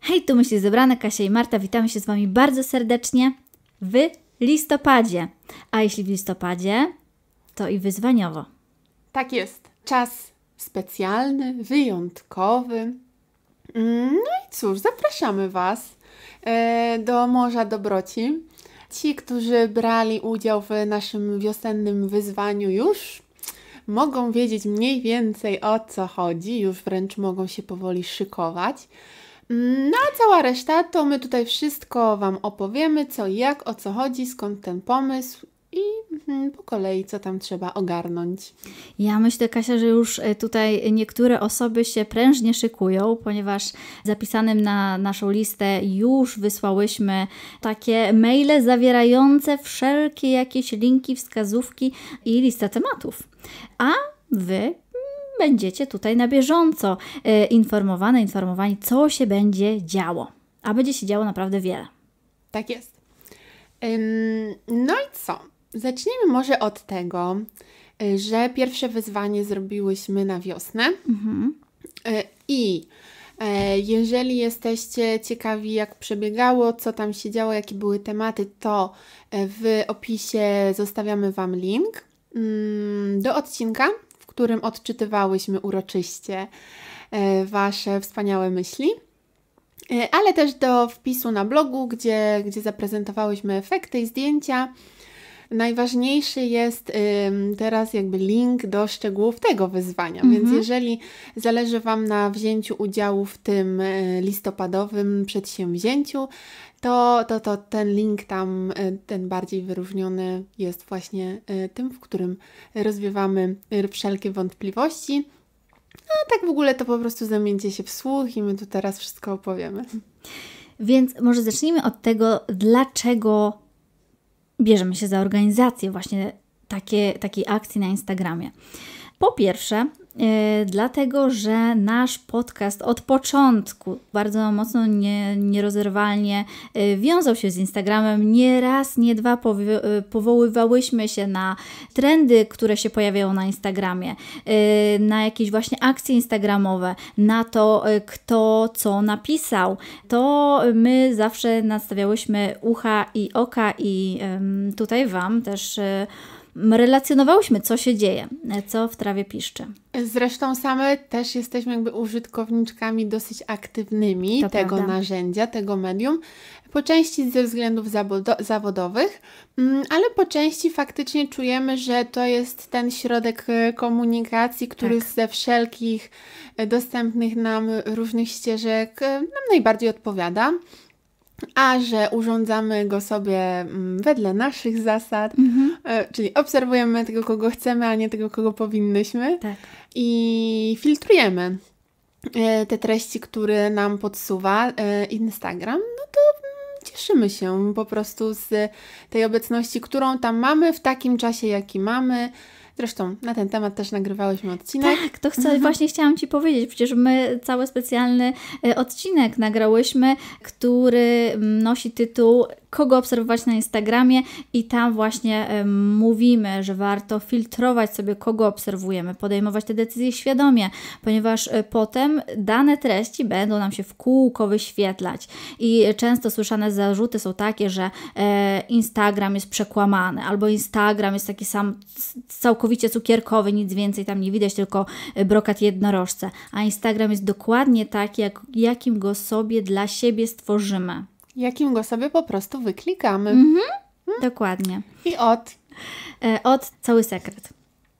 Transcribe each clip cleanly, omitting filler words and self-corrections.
Hej, tu Myśli Zebrane, Kasia i Marta. Witamy się z Wami bardzo serdecznie w listopadzie. A jeśli w listopadzie, to i wyzwaniowo. Tak jest. Czas specjalny, wyjątkowy. No i cóż, zapraszamy Was do Morza Dobroci. Ci, którzy brali udział w naszym wiosennym wyzwaniu już mogą wiedzieć mniej więcej o co chodzi, już wręcz mogą się powoli szykować. No a cała reszta to my tutaj wszystko Wam opowiemy, co i jak, o co chodzi, skąd ten pomysł i po kolei co tam trzeba ogarnąć. Ja myślę, Kasia, że już tutaj niektóre osoby się prężnie szykują, ponieważ zapisanym na naszą listę już wysłałyśmy takie maile zawierające wszelkie jakieś linki, wskazówki i listę tematów. A Wy będziecie tutaj na bieżąco informowani, co się będzie działo. A będzie się działo naprawdę wiele. Tak jest. No i co? Zacznijmy może od tego, że pierwsze wyzwanie zrobiłyśmy na wiosnę. I jeżeli jesteście ciekawi, jak przebiegało, co tam się działo, jakie były tematy, to w opisie zostawiamy Wam link do odcinka, w którym odczytywałyśmy uroczyście Wasze wspaniałe myśli, ale też do wpisu na blogu, gdzie zaprezentowałyśmy efekty i zdjęcia. Najważniejszy jest teraz jakby link do szczegółów tego wyzwania, więc jeżeli zależy Wam na wzięciu udziału w tym listopadowym przedsięwzięciu, to ten link tam, ten bardziej wyróżniony jest właśnie tym, w którym rozwiewamy wszelkie wątpliwości. A tak w ogóle to po prostu zamieńcie się w słuch i my tu teraz wszystko opowiemy. Więc może zacznijmy od tego, dlaczego bierzemy się za organizację właśnie takiej akcji na Instagramie. Po pierwsze, dlatego, że nasz podcast od początku bardzo mocno, nierozerwalnie wiązał się z Instagramem. Nie raz, nie dwa powoływałyśmy się na trendy, które się pojawiają na Instagramie, na jakieś właśnie akcje instagramowe, na to, kto co napisał. To my zawsze nastawiałyśmy ucha i oka i tutaj Wam też relacjonowałyśmy, co się dzieje, co w trawie piszczy. Zresztą same też jesteśmy jakby użytkowniczkami dosyć aktywnymi tego narzędzia, tego medium. Po części ze względów zawodowych, ale po części faktycznie czujemy, że to jest ten środek komunikacji, który ze wszelkich dostępnych nam różnych ścieżek nam najbardziej odpowiada. A że urządzamy go sobie wedle naszych zasad, czyli obserwujemy tego, kogo chcemy, a nie tego, kogo powinnyśmy. Tak. I filtrujemy te treści, które nam podsuwa Instagram, no to cieszymy się po prostu z tej obecności, którą tam mamy w takim czasie, jaki mamy. Zresztą na ten temat też nagrywałyśmy odcinek. Tak, to właśnie chciałam Ci powiedzieć. Przecież my cały specjalny odcinek nagrałyśmy, który nosi tytuł Kogo obserwować na Instagramie i tam właśnie mówimy, że warto filtrować sobie, kogo obserwujemy, podejmować te decyzje świadomie, ponieważ potem dane treści będą nam się w kółko wyświetlać i często słyszane zarzuty są takie, że Instagram jest przekłamany albo Instagram jest taki sam całkowicie cukierkowy, nic więcej tam nie widać, tylko brokat jednorożce, a Instagram jest dokładnie taki, jakim go sobie dla siebie stworzymy. Jakim go sobie po prostu wyklikamy. Dokładnie. I Od cały sekret.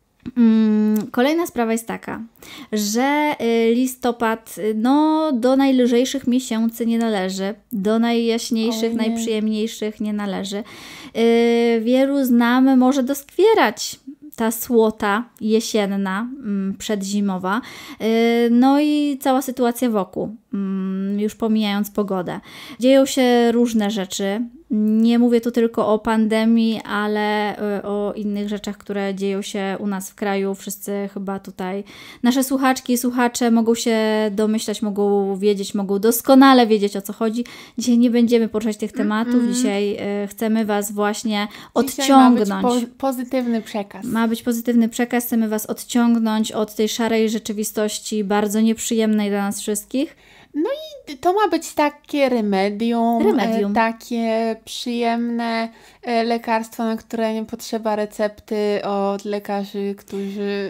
Kolejna sprawa jest taka, że listopad do najlżejszych miesięcy nie należy, do najjaśniejszych, najprzyjemniejszych nie należy. Wielu z nam może doskwierać ta słota jesienna, przedzimowa, no i cała sytuacja wokół, już pomijając pogodę. Dzieją się różne rzeczy. Nie mówię tu tylko o pandemii, ale o innych rzeczach, które dzieją się u nas w kraju. Wszyscy chyba tutaj, nasze słuchaczki i słuchacze mogą się domyślać, mogą wiedzieć, mogą doskonale wiedzieć, o co chodzi. Dzisiaj nie będziemy poruszać tych tematów. Dzisiaj chcemy Was właśnie odciągnąć. Ma być pozytywny przekaz. Ma być pozytywny przekaz. Chcemy Was odciągnąć od tej szarej rzeczywistości, bardzo nieprzyjemnej dla nas wszystkich. No i to ma być takie remedium. Takie przyjemne lekarstwo, na które nie potrzeba recepty od lekarzy, którzy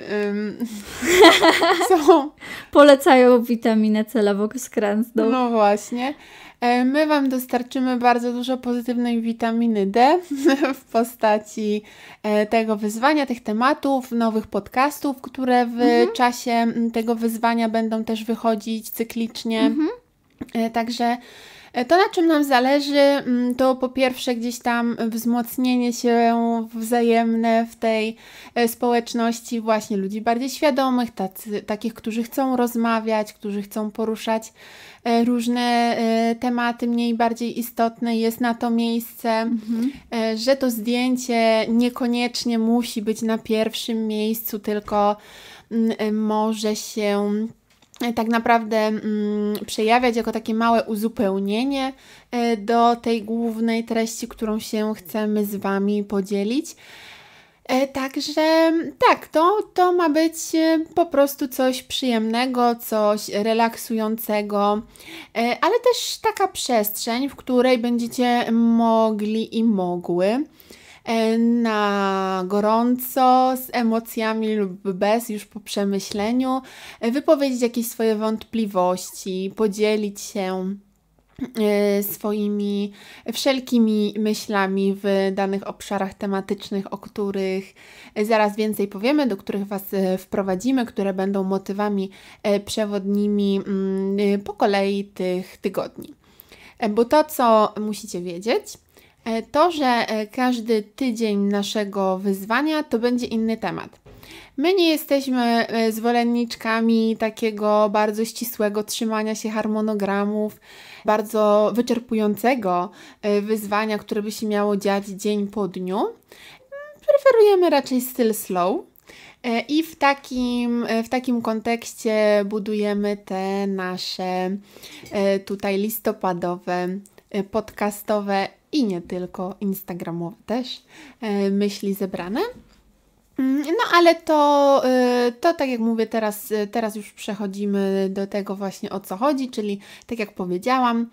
są... Polecają witaminę C lewoskrętną. No właśnie. My Wam dostarczymy bardzo dużo pozytywnej witaminy D w postaci tego wyzwania, tych tematów, nowych podcastów, które w czasie tego wyzwania będą też wychodzić cyklicznie. Także to, na czym nam zależy, to po pierwsze gdzieś tam wzmocnienie się wzajemne w tej społeczności właśnie ludzi bardziej świadomych, takich, którzy chcą rozmawiać, którzy chcą poruszać różne tematy mniej bardziej istotne. Jest na to miejsce, że to zdjęcie niekoniecznie musi być na pierwszym miejscu, tylko może się tak naprawdę przejawiać jako takie małe uzupełnienie do tej głównej treści, którą się chcemy z Wami podzielić. Także tak, to ma być po prostu coś przyjemnego, coś relaksującego, ale też taka przestrzeń, w której będziecie mogli i mogły na gorąco, z emocjami lub bez, już po przemyśleniu, wypowiedzieć jakieś swoje wątpliwości, podzielić się swoimi wszelkimi myślami w danych obszarach tematycznych, o których zaraz więcej powiemy, do których Was wprowadzimy, które będą motywami przewodnimi po kolei tych tygodni. Bo to, co musicie wiedzieć, to, że każdy tydzień naszego wyzwania to będzie inny temat. My nie jesteśmy zwolenniczkami takiego bardzo ścisłego trzymania się harmonogramów, bardzo wyczerpującego wyzwania, które by się miało dziać dzień po dniu. Preferujemy raczej styl slow i w takim kontekście budujemy te nasze tutaj listopadowe, podcastowe i nie tylko, instagramowe też myśli zebrane. No ale to tak jak mówię, teraz już przechodzimy do tego właśnie, o co chodzi, czyli tak jak powiedziałam,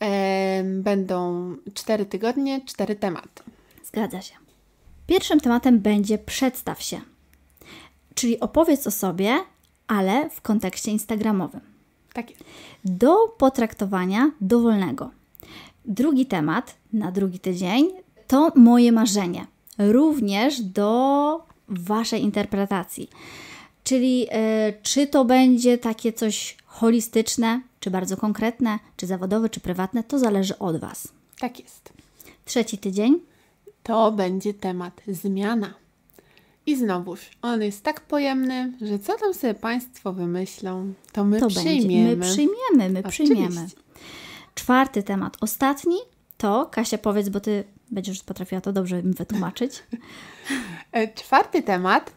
będą 4 tygodnie, 4 tematy. Zgadza się. Pierwszym tematem będzie przedstaw się, czyli opowiedz o sobie, ale w kontekście instagramowym. Tak jest. Do potraktowania dowolnego. Drugi temat na drugi tydzień to moje marzenie. Również do Waszej interpretacji. Czyli czy to będzie takie coś holistyczne, czy bardzo konkretne, czy zawodowe, czy prywatne, to zależy od Was. Tak jest. Trzeci tydzień to będzie temat zmiana. I znowuż, on jest tak pojemny, że co tam sobie Państwo wymyślą, to my przyjmiemy. My przyjmiemy. Czwarty temat, ostatni, to Kasia, powiedz, bo Ty będziesz potrafiła to dobrze mi wytłumaczyć. Czwarty temat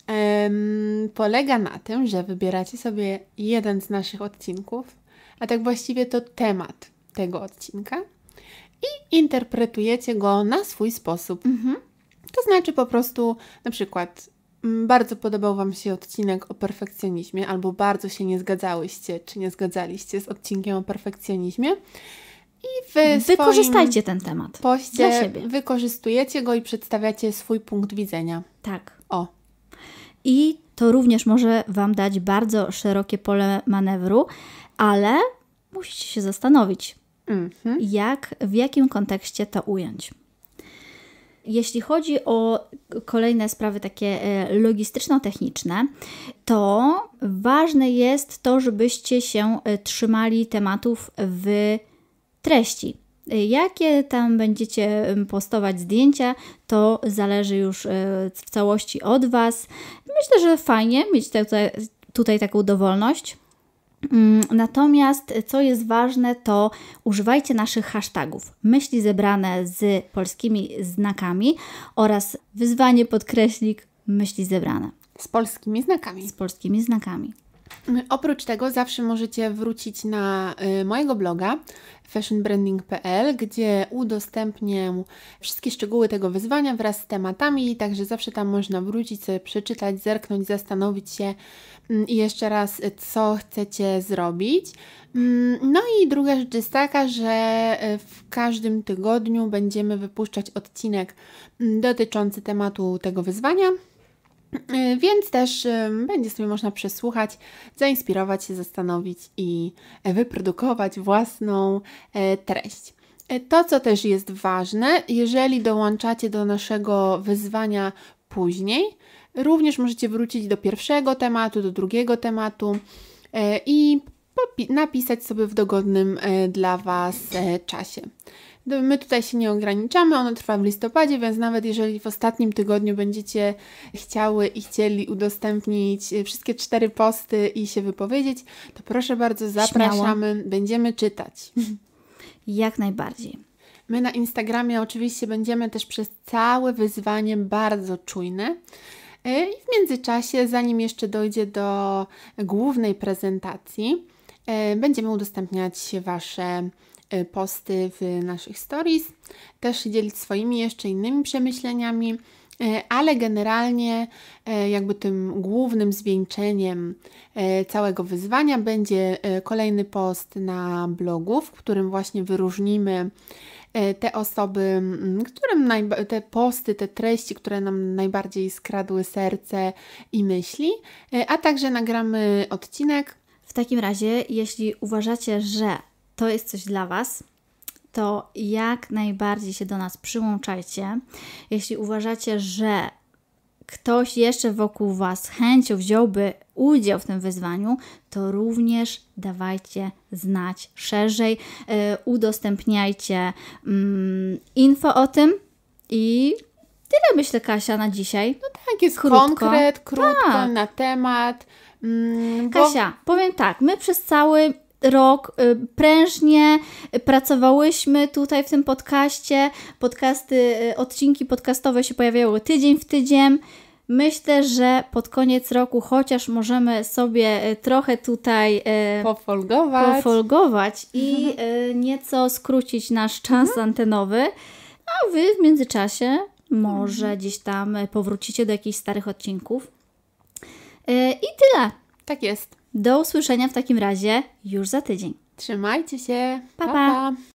polega na tym, że wybieracie sobie jeden z naszych odcinków, a tak właściwie to temat tego odcinka i interpretujecie go na swój sposób. To znaczy po prostu, na przykład bardzo podobał Wam się odcinek o perfekcjonizmie, albo bardzo się nie zgadzałyście, czy nie zgadzaliście z odcinkiem o perfekcjonizmie. I wykorzystajcie ten temat poście dla siebie. Wykorzystujecie go i przedstawiacie swój punkt widzenia. Tak. O. I to również może Wam dać bardzo szerokie pole manewru, ale musicie się zastanowić, w jakim kontekście to ująć. Jeśli chodzi o kolejne sprawy takie logistyczno-techniczne, to ważne jest to, żebyście się trzymali tematów w treści. Jakie tam będziecie postować zdjęcia, to zależy już w całości od Was. Myślę, że fajnie mieć tutaj taką dowolność. Natomiast co jest ważne, to używajcie naszych hashtagów. Myśli zebrane z polskimi znakami oraz wyzwanie / myśli zebrane. Z polskimi znakami. Z polskimi znakami. Oprócz tego zawsze możecie wrócić na mojego bloga fashionbranding.pl, gdzie udostępnię wszystkie szczegóły tego wyzwania wraz z tematami, także zawsze tam można wrócić, sobie przeczytać, zerknąć, zastanowić się i jeszcze raz, co chcecie zrobić. No i druga rzecz jest taka, że w każdym tygodniu będziemy wypuszczać odcinek dotyczący tematu tego wyzwania. Więc też będzie sobie można przesłuchać, zainspirować się, zastanowić i wyprodukować własną treść. To, co też jest ważne, jeżeli dołączacie do naszego wyzwania później, również możecie wrócić do pierwszego tematu, do drugiego tematu i napisać sobie w dogodnym dla Was czasie. My tutaj się nie ograniczamy, ono trwa w listopadzie, więc nawet jeżeli w ostatnim tygodniu będziecie chcieli udostępnić wszystkie 4 posty i się wypowiedzieć, to proszę bardzo, zapraszamy, śmiało. Będziemy czytać. Jak najbardziej. My na Instagramie oczywiście będziemy też przez całe wyzwanie bardzo czujne. I w międzyczasie, zanim jeszcze dojdzie do głównej prezentacji, będziemy udostępniać Wasze posty w naszych stories, też się dzielić swoimi jeszcze innymi przemyśleniami, ale generalnie jakby tym głównym zwieńczeniem całego wyzwania będzie kolejny post na blogu, w którym właśnie wyróżnimy te osoby, te posty, te treści, które nam najbardziej skradły serce i myśli, a także nagramy odcinek. W takim razie, jeśli uważacie, że to jest coś dla Was, to jak najbardziej się do nas przyłączajcie. Jeśli uważacie, że ktoś jeszcze wokół Was z chęcią wziąłby udział w tym wyzwaniu, to również dawajcie znać szerzej, udostępniajcie info o tym i tyle, myślę, Kasia, na dzisiaj. No tak, jest krótko, tak. Na temat. Kasia, powiem tak, my przez cały rok prężnie pracowałyśmy tutaj w tym podcaście. Odcinki podcastowe się pojawiały tydzień w tydzień. Myślę, że pod koniec roku chociaż możemy sobie trochę tutaj pofolgować i nieco skrócić nasz czas antenowy, a Wy w międzyczasie może gdzieś tam powrócicie do jakichś starych odcinków. I tyle. Tak jest. Do usłyszenia w takim razie już za tydzień. Trzymajcie się. Pa, pa.